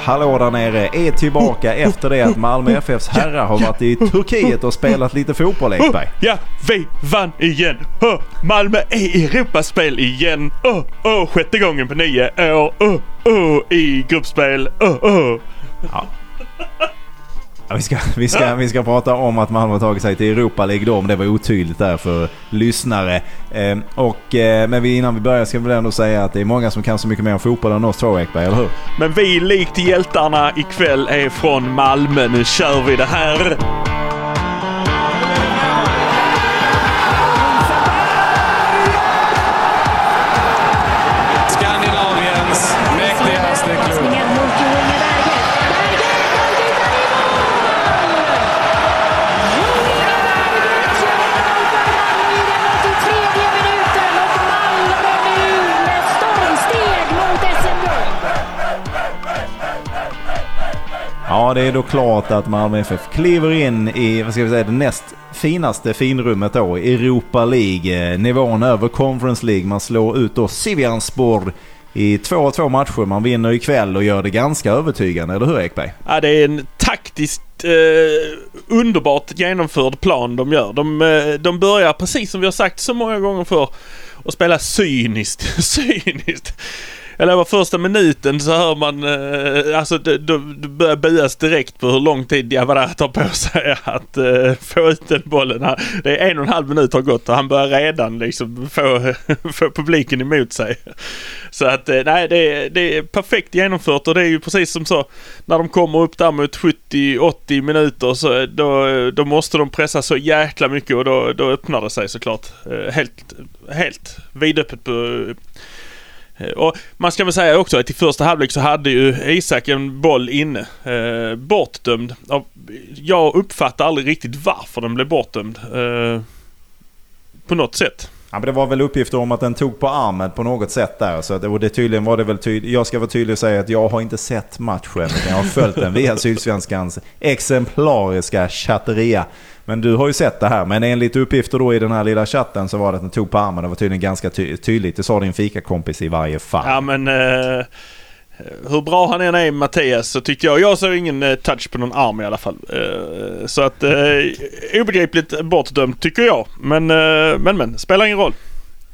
hallå där nere, är tillbaka efter det att Malmö FFs herrar har varit i Turkiet och spelat lite fotboll, Ekberg. Ja, vi vann igen. Malmö är i Europaspel igen. Sjätte gången på 9 år. I gruppspel. Ja. Vi ska prata om att Malmö har tagit sig till Europa League då, om det var otydligt där för lyssnare. Men innan vi börjar ska vi väl ändå säga att det är många som kan så mycket mer om fotboll än oss två, Ekberg, eller hur? Men vi likt hjältarna ikväll är från Malmö. Nu kör vi det här. Skandinaviens mäktigaste klubb. Ja, det är då klart att Malmö FF kliver in i, vad ska vi säga, det näst finaste finrummet då, Europa League, nivån över Conference League. Man slår ut då Sivasspor i 2-2 matcher. Man vinner ikväll och gör det ganska övertygande, eller hur, Ekberg? Ja, det är en taktiskt underbart genomförd plan de gör. De börjar, precis som vi har sagt så många gånger för, att spela cyniskt. Eller var första minuten så hör man alltså det börjar bias direkt på hur lång tid Diawara tar på sig att få ut den bollen. Det är 1,5 minut har gått och han börjar redan liksom få publiken emot sig. Så att nej, det är perfekt genomfört, och det är ju precis som så när de kommer upp där mot 70-80 minuter så då måste de pressa så jäkla mycket, och då öppnar det sig såklart helt vidöppet på. Och man ska väl säga också att i första halvlek så hade ju Isak en boll inne, bortdömd. Jag uppfattar aldrig riktigt varför den blev bortdömd på något sätt. Ja, men det var väl uppgifter om att den tog på armen på något sätt där. Så det tydligen var det väl jag ska vara tydlig och säga att jag har inte sett matchen. Jag har följt den via Sydsvenskans exemplariska chatteria. Men du har ju sett det här. Men enligt uppgifter då i den här lilla chatten så var det att den tog på armen. Det var tydligen ganska tydligt. Det sa din fikakompis i varje fall. Ja, men hur bra han än är, Mattias, så tyckte jag såg ingen touch på någon arm i alla fall. Så att obegripligt bortdömt tycker jag. Men spelar ingen roll.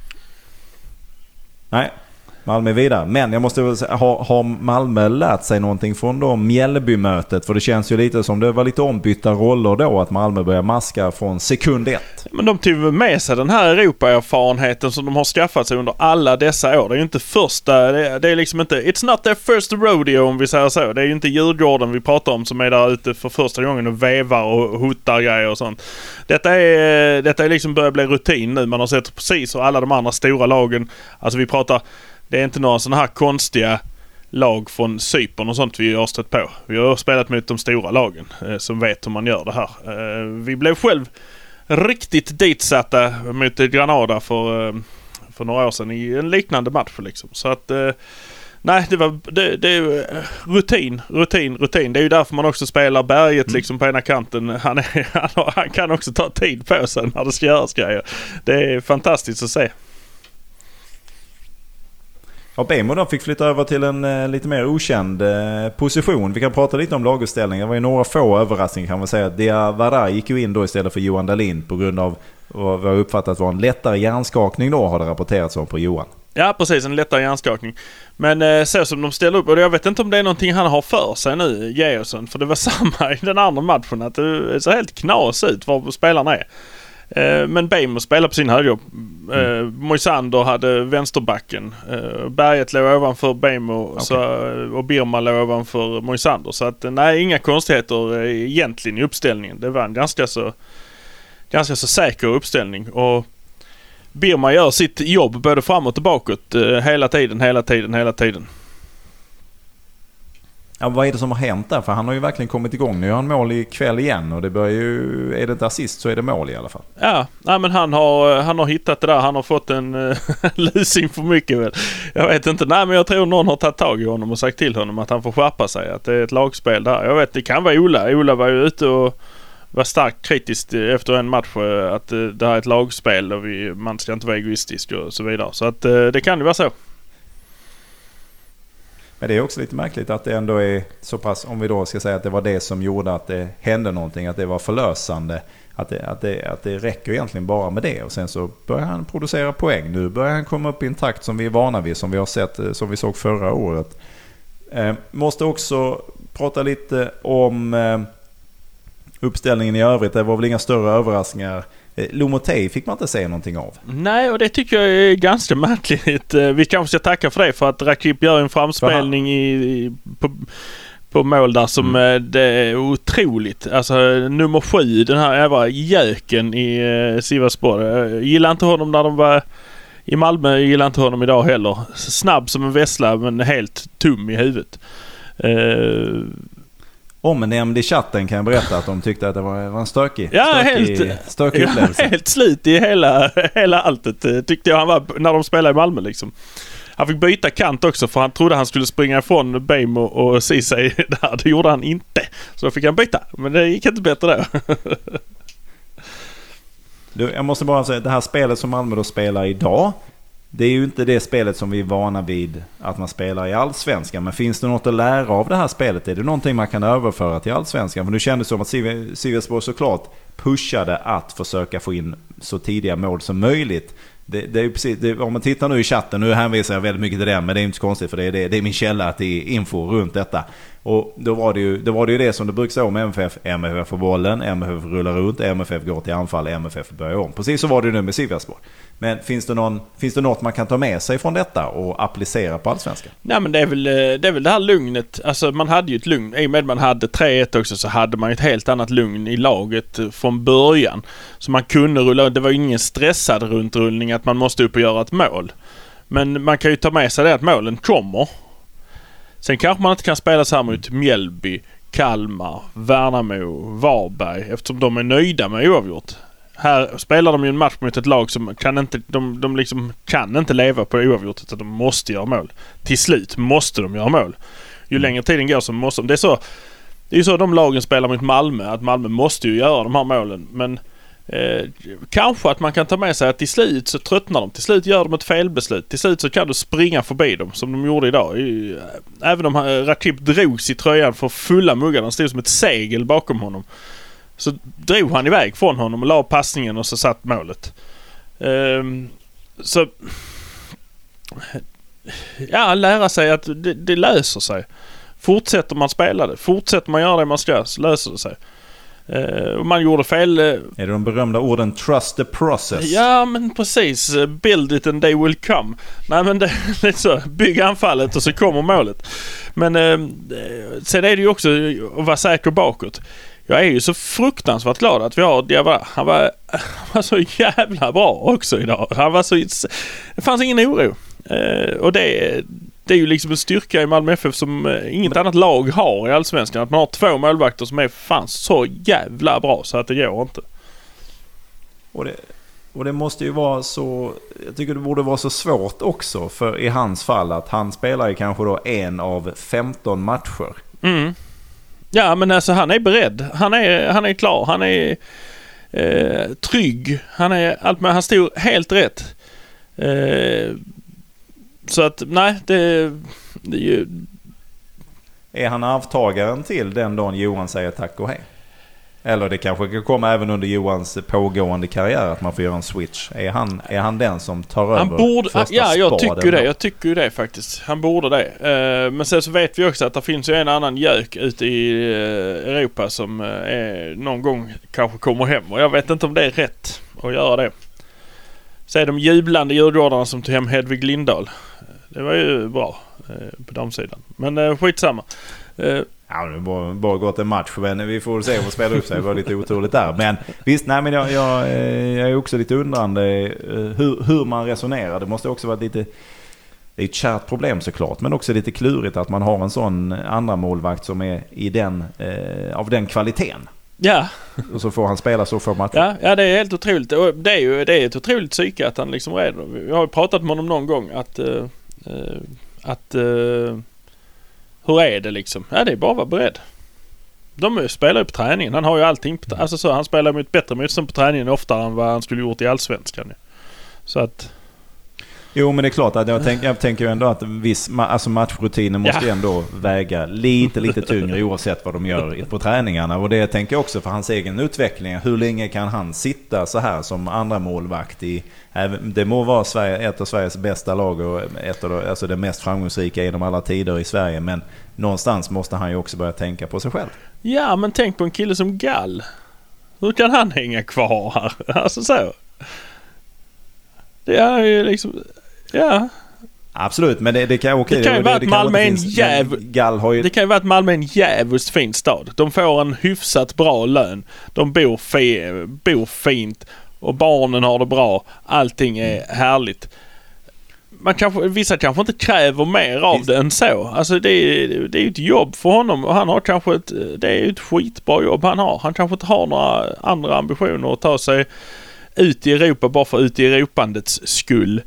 Nej, Malmö vidare. Men jag måste väl säga, har Malmö lärt sig någonting från då Mjällby-mötet? För det känns ju lite som det var lite ombytta roller då, att Malmö börjar maska från sekund 1. Men de tog med sig den här Europa-erfarenheten som de har skaffat sig under alla dessa år. Det är ju inte första, det är liksom inte, it's not their first rodeo om vi säger så. Det är ju inte Djurgården vi pratar om som är där ute för första gången och vevar och hotar grejer och sånt. Detta är liksom börjar bli rutin nu. Man har sett precis och alla de andra stora lagen, alltså vi pratar, det är inte några sådana här konstiga lag från Cypern och sånt vi har stött på. Vi har spelat mot de stora lagen som vet hur man gör det här. Vi blev själv riktigt ditsatta mot Granada för några år sedan i en liknande match liksom. Så att nej, det är rutin. Det är ju därför man också spelar Berget liksom på ena kanten. Han kan också ta tid på sig när det ska göras grejer. Det är fantastiskt att se. Ja, Bejmo då fick flytta över till en lite mer okänd position. Vi kan prata lite om laguppställningen. Det var ju några få överraskningar kan man säga. Diawara gick ju in då istället för Johan Dahlin på grund av vad vi har uppfattat var en lättare hjärnskakning då, har det rapporterats om på Johan. Ja, precis, en lättare hjärnskakning. Men så som de ställer upp, och jag vet inte om det är någonting han har för sig nu, Georgsson, för det var samma i den andra matchen, att det ser helt knas ut var spelarna är. Men Bejmo spelar på sin höger. Moisander hade vänsterbacken. Berget låg ovanför Bejmo, och Birma låg ovanför Moisander. Så att nej, inga konstigheter egentligen i uppställningen. Det var en ganska så säker uppställning. Och Birma gör sitt jobb både framåt och bakåt hela tiden. Ja, vad är det som har hänt där? För han har ju verkligen kommit igång. Nu har han mål i kväll igen, och det börjar ju, är det inte assist så är det mål i alla fall. Ja, nej, men han har hittat det där. Han har fått en lusing för mycket väl. Jag vet inte, nej, men jag tror någon har tagit tag i honom och sagt till honom att han får skärpa sig, att det är ett lagspel där. Jag vet, det kan vara Ola var ju ute och var starkt kritisk efter en match att det här är ett lagspel och man ska inte vara egoistisk och så vidare. Så att det kan ju vara så. Men det är också lite märkligt att det ändå är så pass, om vi då ska säga att det var det som gjorde att det hände någonting, att det var förlösande, att det räcker egentligen bara med det. Och sen så börjar han producera poäng. Nu börjar han komma upp i en takt som vi är vana vid, som vi har sett, som vi såg förra året. Måste också prata lite om uppställningen i övrigt. Det var väl inga större överraskningar. Lomotey fick man inte säga någonting av. Nej, och det tycker jag är ganska märkligt. Vi kanske ska tacka för det, för att Rakip gör en framspelning på mål där som det är otroligt. Alltså nummer 7, den här jävla göken i Sivasspor. Jag gillar inte honom när de var i Malmö, jag gillar inte honom idag heller. Snabb som en vessla men helt tum i huvudet. Omnämnd i chatten kan jag berätta att de tyckte att det var en stökig upplevelse. Helt slut i hela alltet tyckte jag han var när de spelade i Malmö liksom. Han fick byta kant också för han trodde han skulle springa ifrån Beijmo och Ceesay där. Det gjorde han inte. Så då fick han byta. Men det gick inte bättre då. Jag måste bara säga, det här spelet som Malmö då spelar idag, det är ju inte det spelet som vi är vana vid att man spelar i Allsvenskan. Men finns det något att lära av det här spelet? Är det någonting man kan överföra till Allsvenskan? För nu kändes det som att Sivasspor såklart pushade att försöka få in så tidiga mål som möjligt. Det är precis, om man tittar nu i chatten, nu hänvisar jag väldigt mycket till det, men det är inte så konstigt för det är min källa att det är info runt detta. Och då var det ju det som det brukar säga om MFF. MFF får bollen, MFF rullar runt, MFF går till anfall, MFF börjar om. Precis så var det nu med Sivasspor. Men finns det något man kan ta med sig från detta och applicera på Allsvenskan? Nej, men det är väl det här lugnet. Alltså man hade ju ett lugn. I och med man hade 3-1 också, så hade man ett helt annat lugn i laget från början. Så man kunde rulla. Det var ju ingen stressad runtrullning att man måste upp och göra ett mål. Men man kan ju ta med sig det att målen kommer. Sen kanske man inte kan spela så här mot Mjällby, Kalmar, Värnamo, Varberg, eftersom de är nöjda med oavgjort. Här spelar de ju en match mot ett lag som de liksom kan inte leva på oavgjort, utan de måste göra mål. Till slut måste de göra mål. Ju längre tiden går så måste de. Det är ju så de lagen spelar mot Malmö, att Malmö måste ju göra de här målen. Men kanske att man kan ta med sig att till slut så tröttnar de. Till slut gör de ett felbeslut. Till slut så kan du springa förbi dem som de gjorde idag. Även om Rakip drogs i tröjan för fulla muggar. Han stod som ett segel bakom honom. Så drog han iväg från honom och la passningen och så satt målet. Så ja, lära sig att det löser sig. Fortsätter man spela det, fortsätter man göra det man ska, så löser det sig. Och man gjorde fel. Är det de berömda orden trust the process? Ja, men precis. Build it and they will come. Nej, men det är så. Bygg anfallet och så kommer målet. Men sen är det ju också att vara säker bakåt. Jag är ju så fruktansvärt glad att vi har Diawara. Han var så jävla bra också idag. Det fanns ingen oro. Och det är ju liksom en styrka i Malmö FF som inget annat lag har i Allsvenskan. Att man har 2 målvakter som är fan så jävla bra så att det går inte. Och det måste ju vara så... Jag tycker det borde vara så svårt också för i hans fall att han spelar ju kanske då 1 av 15 matcher. Mm. Ja, men alltså han är beredd. Han är klar. Han är trygg. Han stod helt rätt. Så att nej, det är ju... Är han avtagaren till den dagen Johan säger tack och hej? Eller det kanske kan komma även under Johans pågående karriär att man får göra en switch. Är han den som tar över första spaden? Ja, jag tycker ju det faktiskt. Han borde det. Men sen så vet vi också att det finns ju en annan gök ute i Europa som någon gång kanske kommer hem. Och jag vet inte om det är rätt att göra det. Så är de jublande djurgårdarna som tog hem Hedvig Lindahl. Det var ju bra på damsidan. Men skitsamma. Ja, det har bara gått en match, men vi får se vad spelar upp sig. Det var lite otroligt där. Men visst, nej, men jag är också lite undrande hur man resonerar. Det måste också vara lite... Det är ett kärt problem såklart, men också lite klurigt att man har en sån andra målvakt som är i av den kvaliteten. Ja. Och så får han spela så för matchen. Ja, det är helt otroligt. Och det är ett otroligt psyke att han liksom är... Jag har ju pratat med honom någon gång att hur är det liksom? Ja, det är bara att vara beredd. De spelar ju på träningen. Han har ju allting på, alltså så han spelar med ett bättre motstånd på träningen oftare än vad han skulle gjort i Allsvenskan. Så att... Jo, men det är klart att jag tänker ju ändå att alltså matchrutinen måste ju ändå väga lite tyngre oavsett vad de gör på träningarna. Och det tänker jag också för hans egen utveckling. Hur länge kan han sitta så här som andra målvakt i... Det må vara ett av Sveriges bästa lag och alltså det mest framgångsrika genom alla tider i Sverige. Men någonstans måste han ju också börja tänka på sig själv. Ja, men tänk på en kille som Gall. Hur kan han hänga kvar här? Alltså så. Det är ju liksom... Ja. Absolut, men det kan det kan ju vara att Malmö är en Malmö är en jävligt fin stad. De får en hyfsat bra lön. De bor fint och barnen har det bra. Allting är härligt. Vissa kanske inte kräver mer av det än så. Alltså det är ett jobb för honom och han har kanske det är ett skitbra jobb han har. Han kanske inte har några andra ambitioner att ta sig ut i Europa bara för ut i Europandets skull.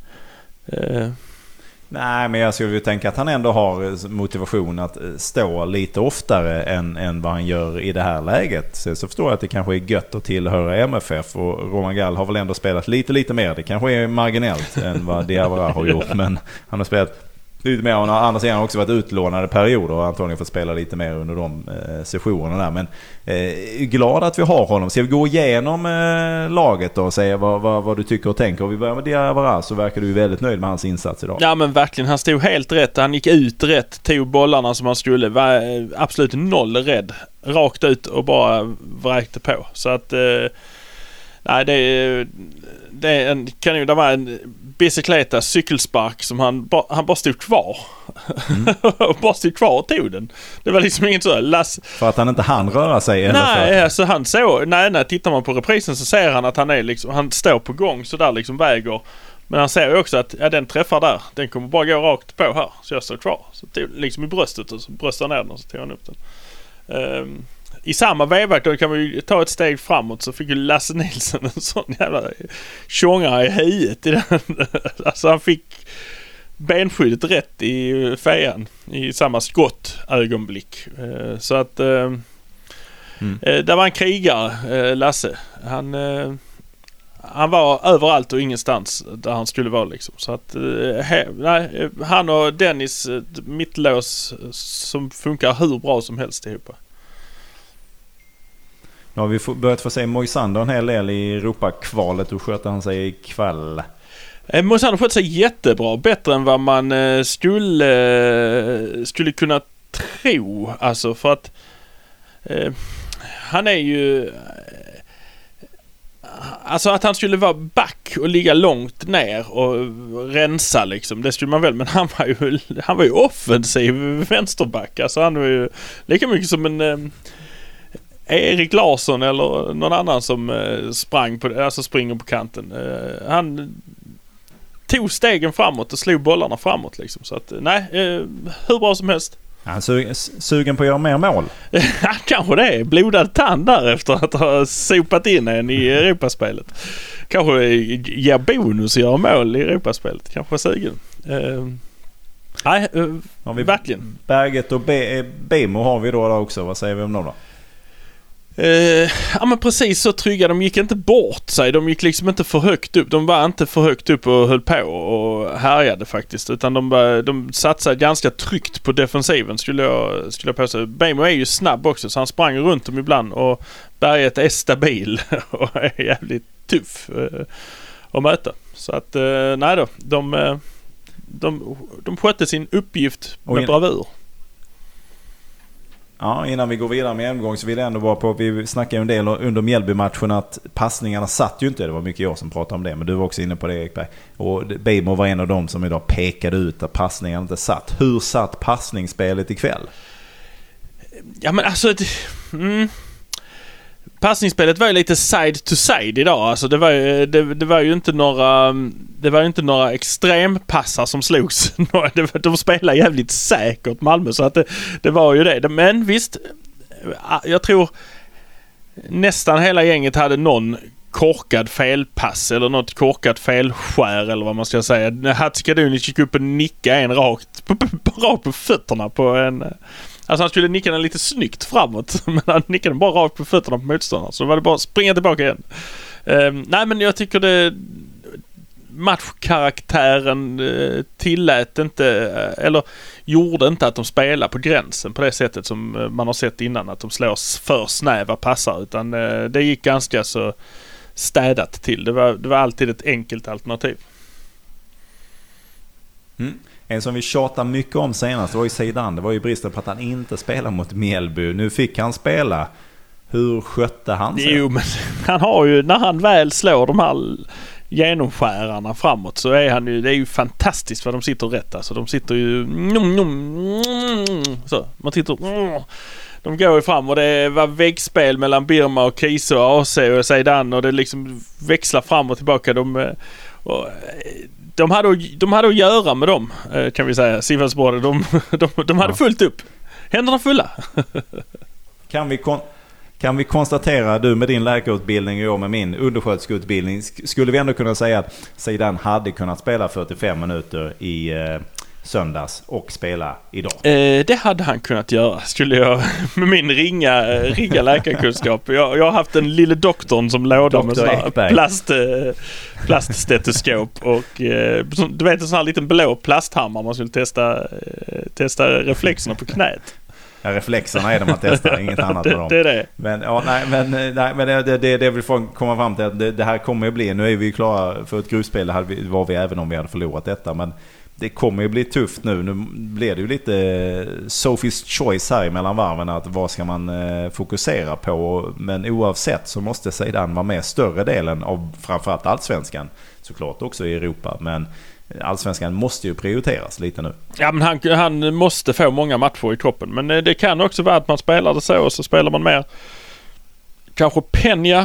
Nej, men jag skulle ju tänka att han ändå har motivation att stå lite oftare än vad han gör i det här läget. Så förstår jag att det kanske är gött att tillhöra MFF och Roman Gall har väl ändå spelat lite mer. Det kanske är marginellt än vad Diawara har gjort, men han har spelat lite mer. Och andra sidan har också varit utlånade perioder och antagligen fått spela lite mer under de sessionerna där. Men glad att vi har honom. Ska vi gå igenom laget då och säga vad du tycker och tänker? Och vi börjar med Diawara, så verkar du väldigt nöjd med hans insats idag. Ja, men verkligen. Han stod helt rätt. Han gick ut rätt, tog bollarna som han skulle. Var absolut noll rädd. Rakt ut och bara vräkte på. Så att... nej, det var en bicicleta cykelspark som han bara stod kvar. Bara stod kvar och tog den. Det var liksom inget så för att han inte hann röra sig eller nej, alltså han tittar man på reprisen så ser han att han är liksom, han står på gång så där liksom väger. Men han ser ju också att den träffar där. Den kommer bara gå rakt på här. Så jag står kvar. Så tog liksom i bröstet och så bröstar ner den och så tog han upp den. I samma veva då kan vi ta ett steg framåt, så fick ju Lasse Nilsson en sån jävla tjångare i huvudet i den. Alltså han fick benskyddet rätt i fejan i samma skottögonblick. Så att det var en krigare, Lasse. Han var överallt och ingenstans där han skulle vara liksom. Så att han och Dennis mittlås som funkar hur bra som helst ihop. Nu har vi börjat få se Moisander en hel del i Europa-kvalet. Hur sköter han sig ikväll? Moisander sköter sig jättebra. Bättre än vad man skulle kunna tro. Alltså för att han är ju... Alltså att han skulle vara back och ligga långt ner och rensa liksom, det skulle man väl, men han var ju offensiv vänsterback. Alltså han var ju lika mycket som en Erik Larsson eller någon annan som springer på kanten. Han tog stegen framåt och slog bollarna framåt liksom. Så att nej, hur bra som helst. Han är sugen på att göra mer mål. Ja, kanske det är. Blodad tand där efter att ha sopat in en i Europaspelet. Kanske ger bonus att göra mål i Europaspelet. Kanske sugen. Nej, har vi verkligen. Berget och Bemo har vi då också. Vad säger vi om dem då? Ja, men precis så trygga. De gick inte bort sig. De gick liksom inte för högt upp. De var inte för högt upp och höll på och härjade faktiskt. Utan de satsade ganska tryggt på defensiven skulle jag påstå. Bemo är ju snabb också, så han sprang runt dem ibland. Och Berget är stabil och är jävligt tuff att möta. Så att nej då. De skötte sin uppgift med bravur. Ja, innan vi går vidare med omgång så vill jag ändå vara på, vi snackade ju en del under Mjällby-matchen att passningarna satt ju inte, det var mycket jag som pratade om det, men du var också inne på det, Ekberg. Och Bemo var en av dem som idag pekade ut att passningarna inte satt. Hur satt passningsspelet ikväll? Ja, men alltså passningsspelet var ju lite side to side idag. Alltså det var ju inte några extrempassar som slogs. De spelade jävligt säkert Malmö, så att det var ju det. Men visst, jag tror nästan hela gänget hade någon korkad felpass eller något korkat felskär eller vad man ska säga. Hatzikadunic gick upp och nickade en rakt på fötterna på en... Alltså han skulle nicka den lite snyggt framåt, men han nickade den bara rakt på fötterna på motståndaren. Så var det bara att springa tillbaka igen. Nej, men jag tycker matchkaraktären tillät inte, eller gjorde inte att de spelar på gränsen på det sättet som man har sett innan, att de slår för snäva passar, utan det gick ganska så städat till. Det var alltid ett enkelt alternativ. En som vi tjatade mycket om senast var ju Zidane. Det var ju bristen på att han inte spelar mot Mjällby. Nu fick han spela. Hur skötte han sig? Jo, men han har ju, när han väl slår de här genomskärarna framåt, så är han ju, det är ju fantastiskt vad de sitter rätt. Alltså de sitter ju så, man tittar, de går ju fram, och det var väggspel mellan Birma och Kiese och AC och Zidane, och det liksom växlar fram och tillbaka. De hade att göra med dem, kan vi säga. Sivasborg, de hade fullt upp. Händerna fulla. Kan vi konstatera, du med din läkarutbildning och jag med min undersköterskeutbildning, skulle vi ändå kunna säga att Zidane hade kunnat spela 45 minuter i söndags och spela idag? Det hade han kunnat göra, skulle jag, med min ringa läkarkunskap. Jag har haft en lille doktorn som låda med plaststetoskop och du vet, en sån här liten blå plasthammare man skulle testa reflexerna på knät. Ja, reflexerna är de att testa, inget annat med dem. Det är det. Men det vill få komma fram till att det här kommer att bli, nu är vi ju klara för ett gruppspel, var vi även om vi hade förlorat detta, men det kommer ju bli tufft nu. Nu blir det ju lite Sophie's choice här mellan varven, att vad ska man fokusera på, men oavsett så måste Zidane vara med större delen av framförallt allsvenskan, såklart också i Europa, men allsvenskan måste ju prioriteras lite nu. Ja, men han måste få många matcher i kroppen, men det kan också vara att man spelar det så, och så spelar man mer kanske Peña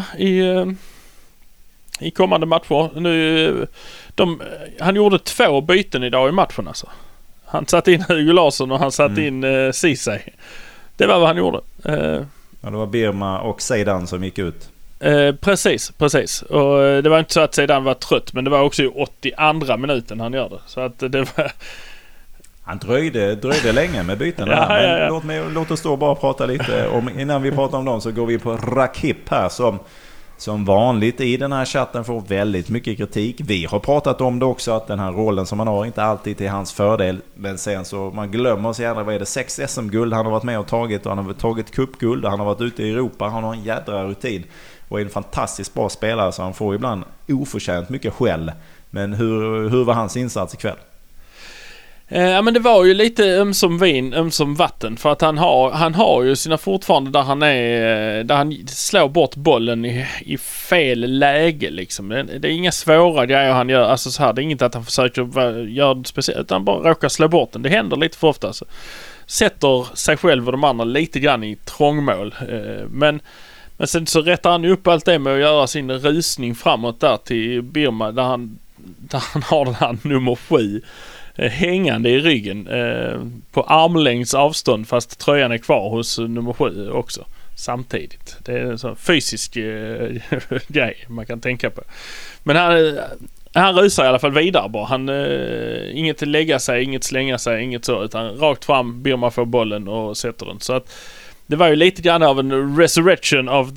i kommande matcher. Han gjorde 2 byten idag i matchen alltså. Han satt in Hugo Larsson och han satt in Ceesay. Det var vad han gjorde. Ja, det var Birma och Zidane som gick ut. Precis. Och det var inte så att Zidane var trött, men det var också i 82 minuten han gör det. Så att det var... Han dröjde länge med bytena. Ja. Låt oss då bara prata lite om, innan vi pratar om dem så går vi på Rakip här som vanligt i den här chatten får väldigt mycket kritik. Vi har pratat om det också, att den här rollen som han har inte alltid till hans fördel, men sen så man glömmer så gärna, vad är det, 6 SM-guld han har varit med och tagit, och han har tagit cupguld och han har varit ute i Europa, han har en jädra rutin och är en fantastiskt bra spelare, så han får ibland oförtjänt mycket skäll. Men hur var hans insats ikväll? Ja, men det var ju lite ömsom vin, ömsom vatten, för att han har ju sina fortfarande där han slår bort bollen i fel läge liksom. Det är inga svåra grejer han gör, alltså så här, det är inget att han försöker göra det speciellt, utan han bara råkar slå bort den. Det händer lite för ofta alltså. Sätter sig själv och de andra lite grann i trångmål, men sen så rättar han ju upp allt det med att göra sin rusning framåt där till Birma, där han har den här nummer 7 hängande i ryggen på armlängds avstånd, fast tröjan är kvar hos nummer 7 också samtidigt. Det är en sån fysisk grej man kan tänka på. Men han rusar i alla fall vidare bara. Han inget lägga sig, inget slänga sig, inget så, utan rakt fram, Birma får bollen och sätter den. Så att det var ju lite grann av en resurrection of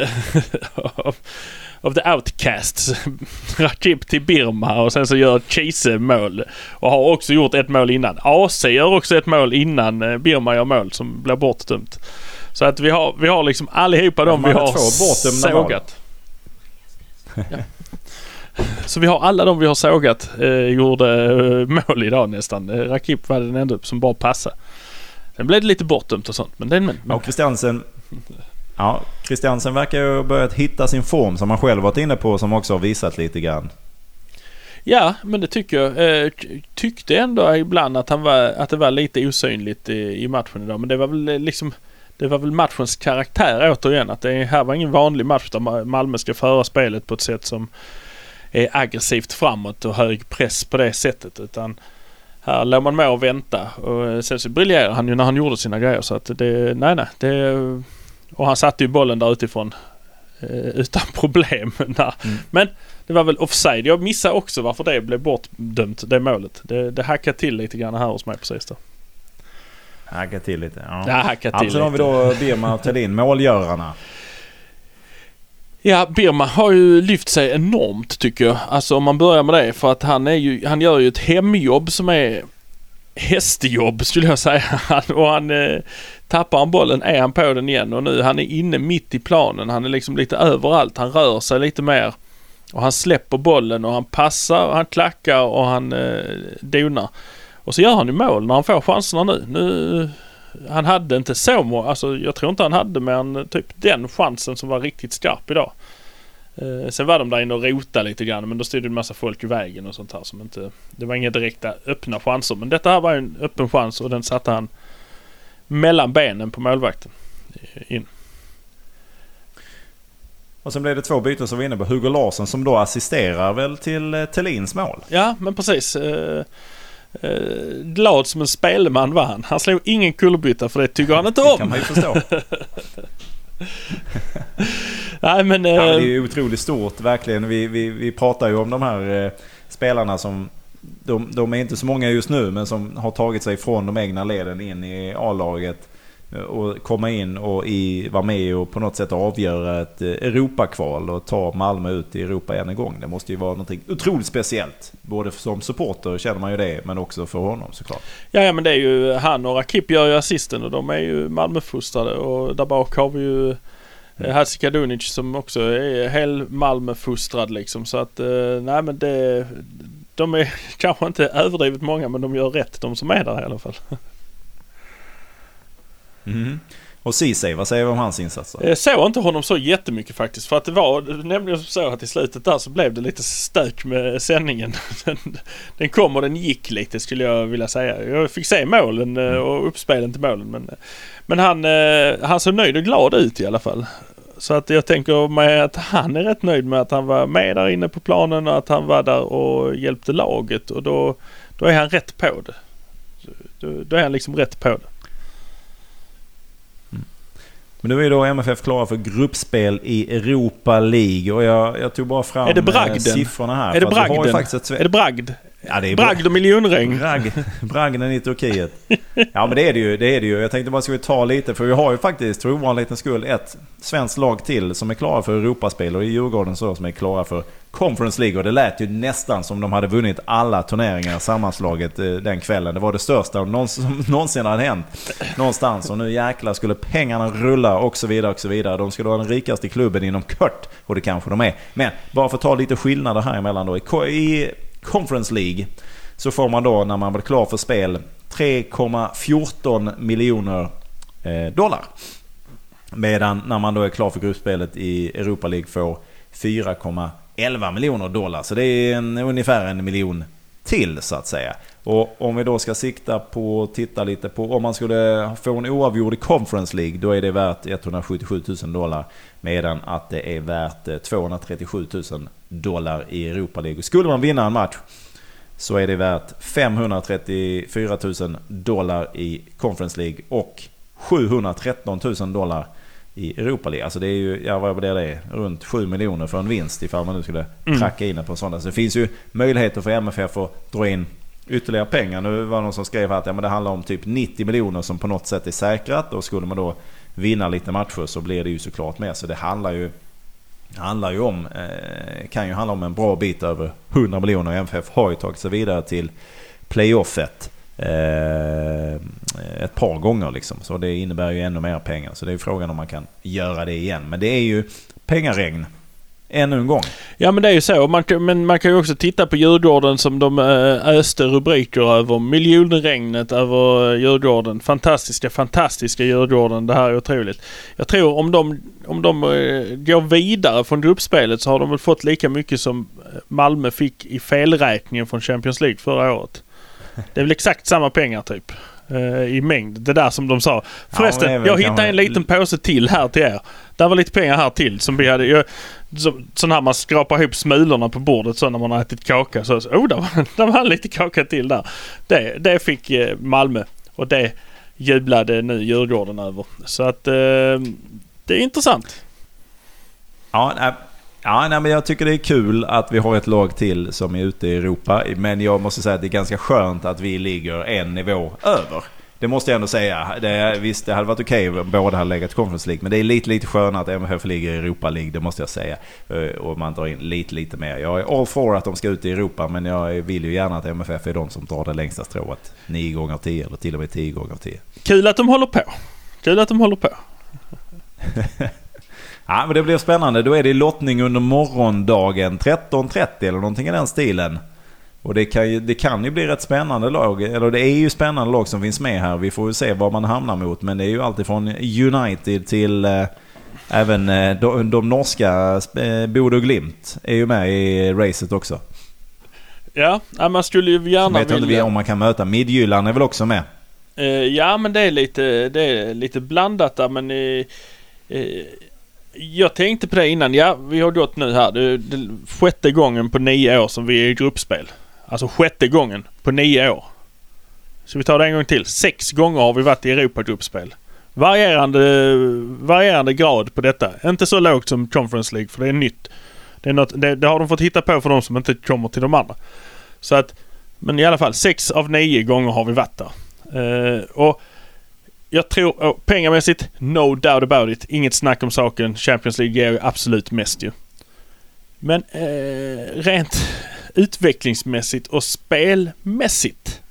the outcasts. Rakip till Birma, och sen så gör Kiese mål och har också gjort ett mål innan. AC gör också ett mål innan Birma gör mål som blir bortdömt. Så att vi har liksom allihopa dem vi har sågat. Ja. Så vi har alla de vi har sågat gjorde mål idag nästan. Rakip var den enda upp som bara passade. Sen blev det lite bortdömt och sånt, men och Christiansen verkar ju ha börjat hitta sin form som han själv varit inne på, som också har visat lite grann. Ja, men det tycker jag. Tyckte ändå ibland att det var lite osynligt i matchen idag, men det var väl matchens karaktär återigen, att det här var ingen vanlig match där Malmö ska föra spelet på ett sätt som är aggressivt framåt och hög press på det sättet, utan här låg man med och vänta, och sen så briljerade han ju när han gjorde sina grejer, så att och han satte ju bollen där utifrån utan problem. Men det var väl offside. Jag missade också varför det blev bortdömt, det målet. Det hackade till lite grann här hos mig precis då. Hackade till lite, ja. Hackat till alltså lite. Har vi då Birma och Thelin, målgörarna. Ja, Birma har ju lyft sig enormt tycker jag. Alltså om man börjar med det, för att han gör ju ett hemjobb som är hästjobb skulle jag säga. Och han tappar han bollen är han på den igen, och nu han är inne mitt i planen. Han är liksom lite överallt. Han rör sig lite mer och han släpper bollen och han passar och han klackar och han donar. Och så gör han ju mål när han får chanserna nu. Han hade inte så många, alltså jag tror inte han hade mer än typ den chansen som var riktigt skarp idag. Sen var de där inne och rota lite grann, men då stod det en massa folk i vägen och sånt här som inte, det var inga direkta öppna chanser, men detta här var en öppen chans och den satte han mellan benen på målvakten in. Och sen blev det 2 byten som var inne på Hugo Larsson som då assisterar väl till Thelins mål. Ja, men precis. Glad som en spelman var han. Han slog ingen kullerbytta för det tycker han inte om. Det kan man ju förstå. Nej, men, ja, det är ju otroligt stort, verkligen. Vi pratar ju om de här spelarna som de är inte så många just nu, men som har tagit sig från de egna leden in i A-laget och komma in och vara med och på något sätt avgöra ett Europakval och ta Malmö ut i Europa än en gång. Det måste ju vara något otroligt speciellt. Både som supporter känner man ju det, men också för honom såklart. Ja, men det är ju han och Rakip gör ju assisten och de är ju Malmöfostrade, och där bak har vi ju Hadzikadunic som också är hel Malmöfostrad liksom. Så att nej, men de är kanske inte överdrivet många, men de gör rätt, de som är där i alla fall. Mm. Och Ceesay, vad säger vi om hans insatser? Jag såg inte honom så jättemycket faktiskt, för att det var nämligen så att i slutet där så blev det lite stök med sändningen. Den kom och den gick lite, skulle jag vilja säga. Jag fick se målen och uppspelen till målen, men han såg nöjd och glad ut i alla fall. Så att jag tänker mig att han är rätt nöjd med att han var med där inne på planen och att han var där och hjälpte laget, och då är han rätt på det. Då är han liksom rätt på det. Men nu är då MFF klara för gruppspel i Europa League, och jag tog bara fram siffrorna här. Är det Bragden? Är det Bragd? Ja, det är Bragd och miljonregn. Bragden i Turkiet. Ja, men det är det ju. Jag tänkte bara ska vi ta lite, för vi har ju faktiskt, för ovanlighetens skull, ett svenskt lag till som är klara för Europaspel, och i Djurgården så som är klara för Conference League, och det lät ju nästan som de hade vunnit alla turneringar sammanslaget den kvällen. Det var det största som någonsin hade hänt någonstans, och nu jäklar skulle pengarna rulla och så vidare och så vidare. De ska då vara den rikaste klubben inom kort, och det kanske de är. Men bara för att ta lite skillnader här emellan då. I Conference League så får man då, när man blir klar för spel, 3,14 miljoner dollar. Medan när man då är klar för gruppspelet i Europa League får 4,11 miljoner dollar. Så det är ungefär 1 miljon till, så att säga. Och om vi då ska sikta på, titta lite på, om man skulle få en oavgjord i Conference League, då är det värt 177 000 dollar, medan att det är värt 237 000 dollar i Europa League. Och skulle man vinna en match så är det värt 534 000 dollar i Conference League och 713 000 dollar i Europa League. Alltså det är ju, vad är det? Runt 7 miljoner för en vinst ifall man nu skulle tracka in på sådana. Så det finns ju möjligheter för MFF att dra in ytterligare pengar. Nu var någon som skrev att men det handlar om typ 90 miljoner som på något sätt är säkrat, och skulle man då vinna lite matcher så blir det ju såklart med. Så det handlar ju om, kan ju handla om en bra bit över 100 miljoner. MFF har ju tagit sig vidare till playoffet ett par gånger liksom. Så det innebär ju ännu mer pengar. Så det är frågan om man kan göra det igen. Men det är ju pengaregn ännu en gång. Ja, men det är ju så. Men man kan ju också titta på Djurgården som de öste rubriker över. Miljonregnet över Djurgården. Fantastiska Djurgården. Det här är otroligt. Jag tror om de går vidare från gruppspelet så har de väl fått lika mycket som Malmö fick i felräkningen från Champions League förra året. Det är väl exakt samma pengar typ. I mängd. Det där som de sa. Förresten, jag hittade en liten påse till här till er. Där var lite pengar här till som vi hade. Sån här man skrapar ihop smulorna på bordet så när man har ätit kaka. Så där var lite kaka till där. Det fick Malmö. Och det jublade nu Djurgården över. Så att det är intressant. Ja, men jag tycker det är kul att vi har ett lag till som är ute i Europa. Men jag måste säga att det är ganska skönt att vi ligger en nivå över det måste jag ändå säga. Visst, det hade varit okej om båda hade legat Conference League, men det är lite skönare att MFF ligger i Europa League, det måste jag säga. Och man drar in lite mer. Jag är all for att de ska ut i Europa, men jag vill ju gärna att MFF är de som drar det längsta strået. 9 gånger 10 eller till och med 10 gånger 10. Kul att de håller på. Ja, men det blir spännande. Då är det lottning under morgondagen 13.30 eller någonting i den stilen. Och det kan ju bli rätt spännande lag. Eller det är ju spännande lag som finns med här. Vi får ju se vad man hamnar mot. Men det är ju alltid från United till även de norska Bodø och Glimt är ju med i racet också. Ja, man skulle ju gärna vilja... inte om man kan möta. Midtjylland är väl också med? Ja, men det är lite blandat där. Men jag tänkte på det innan. Ja, vi har gått nu här. Det är 6:e gången på 9 år som vi är i gruppspel. Alltså 6:e gången på 9 år. Så vi tar det en gång till. 6 gånger har vi varit i Europa-gruppspel. Varierande grad på detta. Inte så lågt som Conference League, för det är nytt. Det har de fått hitta på för de som inte kommer till de andra. Så att, men i alla fall 6 av 9 gånger har vi varit där. Och jag tror pengamässigt, no doubt about it. Inget snack om saken. Champions League ger ju absolut mest ju. Men rent utvecklingsmässigt och spelmässigt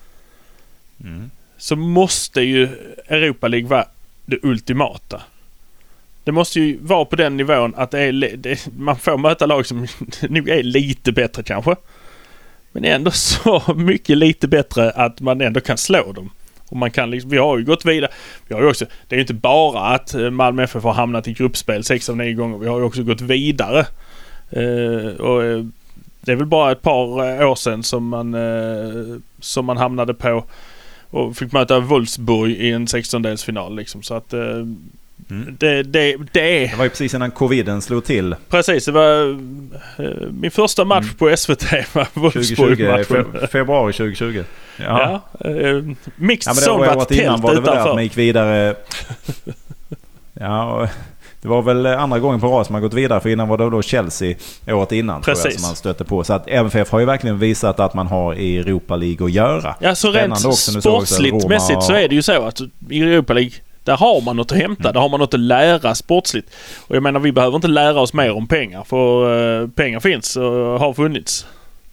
så måste ju Europa League vara det ultimata. Det måste ju vara på den nivån att man får möta lag som nog är lite bättre kanske. Men ändå så mycket lite bättre att man ändå kan slå dem. Och man kan liksom, vi har ju gått vidare. Vi har ju också, det är ju inte bara att Malmö FF har hamnat i gruppspel 6 av 9 gånger. Vi har ju också gått vidare. Och det är väl bara ett par år sedan som man hamnade på och fick möta Wolfsburg i en 16-delsfinal liksom. Så att det var ju precis innan coviden slog till. Precis, det var min första match på SVT var Wolfsburg-matchen. Februari 2020. Ja. Mixed zone var ett tält var det väl utanför. Att man gick vidare. Ja, det var väl andra gången på rad som man gått vidare, för innan var det då Chelsea året innan tror jag, som man stötte på. Så att MFF har ju verkligen visat att man har i Europa League att göra. Ja, så rent sportsligt mässigt så är det ju så att i Europa League där har man något att hämta, där har man något att lära sportsligt. Och jag menar, vi behöver inte lära oss mer om pengar, för pengar finns och har funnits.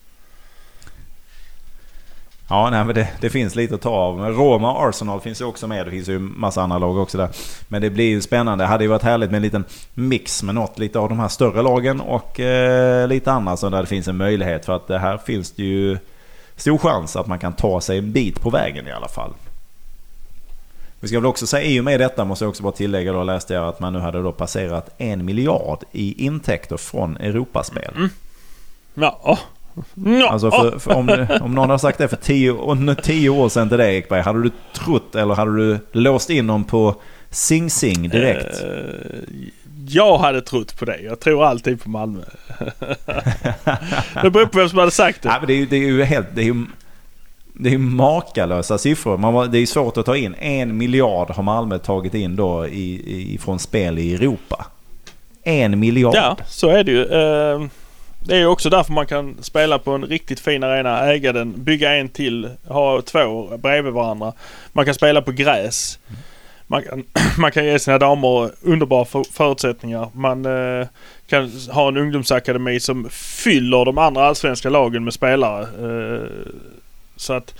Ja, nej, men det finns lite att ta av. Men Roma och Arsenal finns ju också med. Det finns ju massa andra lag också där. Men det blir ju spännande. Det hade ju varit härligt med en liten mix med något lite av de här större lagen och lite annat, så där det finns en möjlighet. För att det här finns det ju stor chans att man kan ta sig en bit på vägen i alla fall. Vi ska väl också säga, i och med detta måste jag också bara tillägga, då läste jag att man nu hade då passerat 1 miljard i intäkter från Europaspel. Ja. Alltså för om någon har sagt det för 10 år sedan till dig, Ekberg, hade du trott eller hade du låst in dem på Sing Sing direkt? Jag hade trott på det. Jag tror alltid på Malmö. Det beror på vem som hade sagt det. Ja, men det är ju makalösa siffror. Det är svårt att ta in. 1 miljard har Malmö tagit in då från spel i Europa. 1 miljard. Ja, så är det ju. Det är ju också därför man kan spela på en riktigt fin arena, äga den, bygga en till, ha 2 bredvid varandra. Man kan spela på gräs. Man kan ge sina damer underbara förutsättningar. Man kan ha en ungdomsakademi som fyller de andra allsvenska lagen med spelare. Så att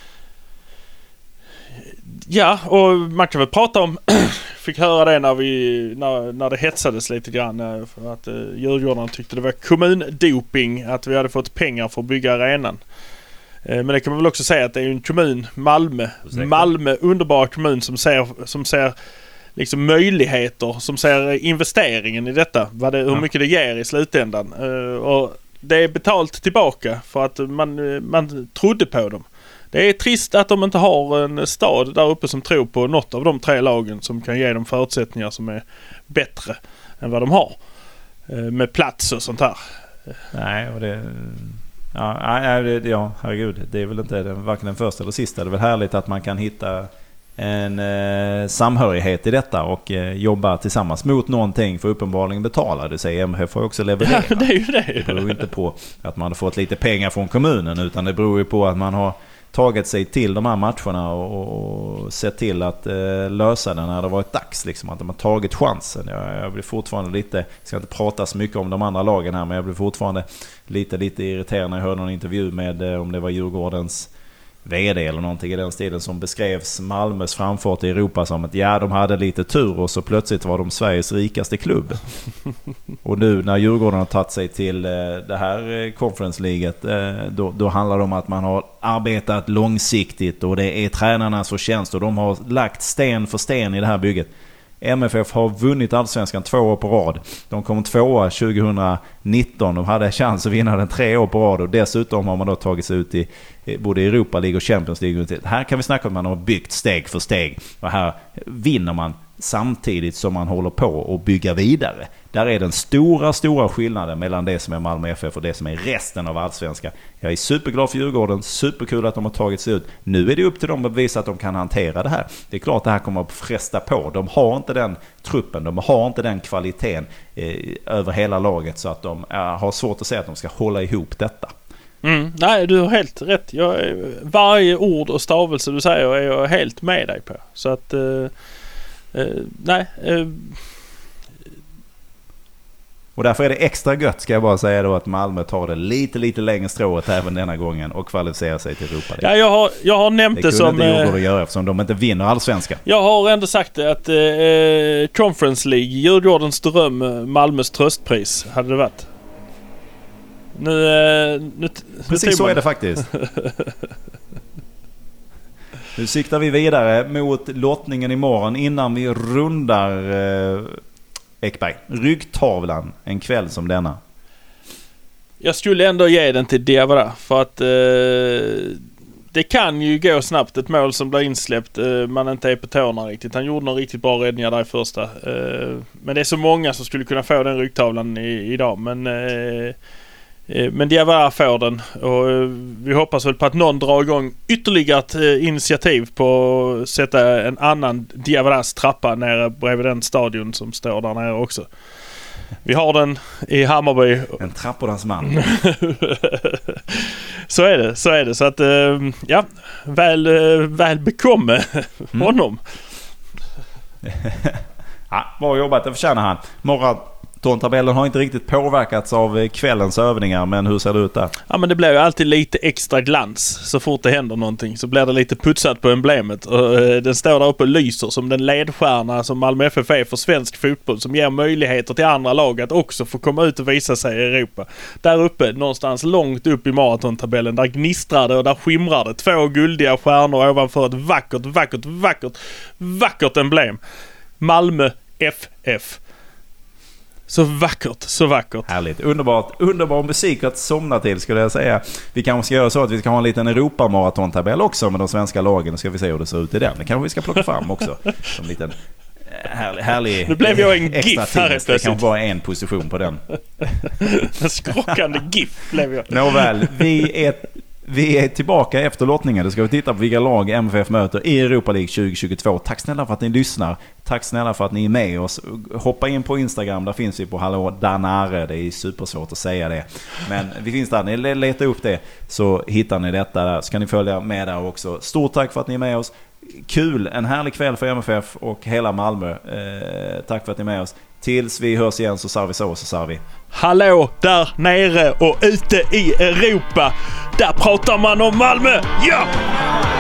ja, och man kan väl prata om fick höra det när det hetsades lite grann, för att Djurgården tyckte det var kommundoping att vi hade fått pengar för att bygga arenan. Men det kan man väl också säga att det är en kommun, Malmö, underbar kommun som ser liksom möjligheter, som ser investeringen i detta, hur mycket det ger i slutändan. Och det är betalt tillbaka för att man trodde på dem. Det är trist att de inte har en stad där uppe som tror på något av de 3 lagen som kan ge dem förutsättningar som är bättre än vad de har. Med plats och sånt här. Nej, och det... Ja, herregud. Det är väl inte varken den första eller sista. Det är väl härligt att man kan hitta en samhörighet i detta och jobba tillsammans mot någonting, för uppenbarligen betala. Det säger MHF får också leverera. Ja, det är ju det. Det beror inte på att man har fått lite pengar från kommunen, utan det beror ju på att man har tagit sig till de här matcherna och sett till att lösa den när det varit dags. Liksom, att de har tagit chansen. Jag blir fortfarande lite, jag ska inte prata så mycket om de andra lagen här, men jag blir fortfarande lite irriterad när jag hörde någon intervju med, om det var Djurgårdens VD eller någonting i den stilen, som beskrevs Malmös framfart i Europa som att de hade lite tur och så plötsligt var de Sveriges rikaste klubb. Och nu när Djurgården har tagit sig till det här konferensliget, då handlar det om att man har arbetat långsiktigt och det är tränarnas förtjänst och de har lagt sten för sten i det här bygget. MFF har vunnit Allsvenskan 2 år på rad. De kom 2 2019. De hade chans att vinna den 3 år på rad. Och dessutom har man då tagit sig ut i både Europa League och Champions League. Här kan vi snacka om att man har byggt steg för steg. Och här vinner man samtidigt som man håller på att bygga vidare. Där är den stora skillnaden mellan det som är Malmö FF och det som är resten av Allsvenskan. Jag är superglad för Djurgården, superkul att de har tagit sig ut. Nu är det upp till dem att visa att de kan hantera det här. Det är klart att det här kommer att fresta på. De har inte den truppen, de har inte den kvaliteten över hela laget så att de har svårt att säga att de ska hålla ihop detta. Nej, du har helt rätt. Varje ord och stavelse du säger är jag helt med dig på. Så att nej. Och därför är det extra gött, ska jag bara säga då, att Malmö tar det lite längre strået även denna gången och kvalificerar sig till Europa. Ja, jag har nämnt det som... Det kunde inte göra eftersom de inte vinner Allsvenskan. Jag har ändå sagt att Conference League, Djurgårdens dröm, Malmös tröstpris hade det varit. Nu precis så är det faktiskt. Nu siktar vi vidare mot lottningen imorgon innan vi rundar Ekberg. Ryggtavlan en kväll som denna. Jag skulle ändå ge den till Diawara för att det kan ju gå snabbt, ett mål som blir insläppt, man inte är på tårna riktigt. Han gjorde några riktigt bra räddningar där i första. Men det är så många som skulle kunna få den ryggtavlan idag. Men Diawara får den och vi hoppas väl på att någon drar igång ytterligare ett initiativ på att sätta en annan Diawaras trappa nere bredvid den stadion som står där nere också. Vi har den i Hammarby. En trappornas man. Så är det. Så att ja, väl bekomme honom. Ja, bra jobbat, det förtjänar han. Maratontabellen har inte riktigt påverkats av kvällens övningar, men hur ser det ut där? Ja, men det blir ju alltid lite extra glans så fort det händer någonting. Så blir det lite putsat på emblemet och den står där uppe och lyser som den ledstjärna som Malmö FF är för svensk fotboll, som ger möjligheter till andra lag att också få komma ut och visa sig i Europa. Där uppe, någonstans långt upp i maratontabellen, där gnistrar det och där skimrar det. 2 guldiga stjärnor ovanför ett vackert emblem. Malmö FF. Så vackert. Härligt. Underbar musik att somna till, skulle jag säga. Vi kanske ska göra så att vi ska ha en liten Europa-maratontabell också med de svenska lagen. Då ska vi se hur det ser ut i den. Det kanske vi ska plocka fram också. Som en liten härlig nu blev jag en extra GIF här ting. Det kan vara en position på den. En skrockande GIF blev jag. Nåväl, vi är tillbaka efter lottningen. Då ska vi titta på vilka lag MFF möter i Europa League 2022. Tack snälla för att ni lyssnar. Tack snälla för att ni är med oss. Hoppa in på Instagram. Där finns vi på Hallå Danare. Det är supersvårt att säga det. Men vi finns där. Ni letar upp det så hittar ni detta där. Så kan ni följa med där också. Stort tack för att ni är med oss. Kul. En härlig kväll för MFF och hela Malmö. Tack för att ni är med oss. Tills vi hörs igen så sar vi. Hallå där nere och ute i Europa. Där pratar man om Malmö. Ja!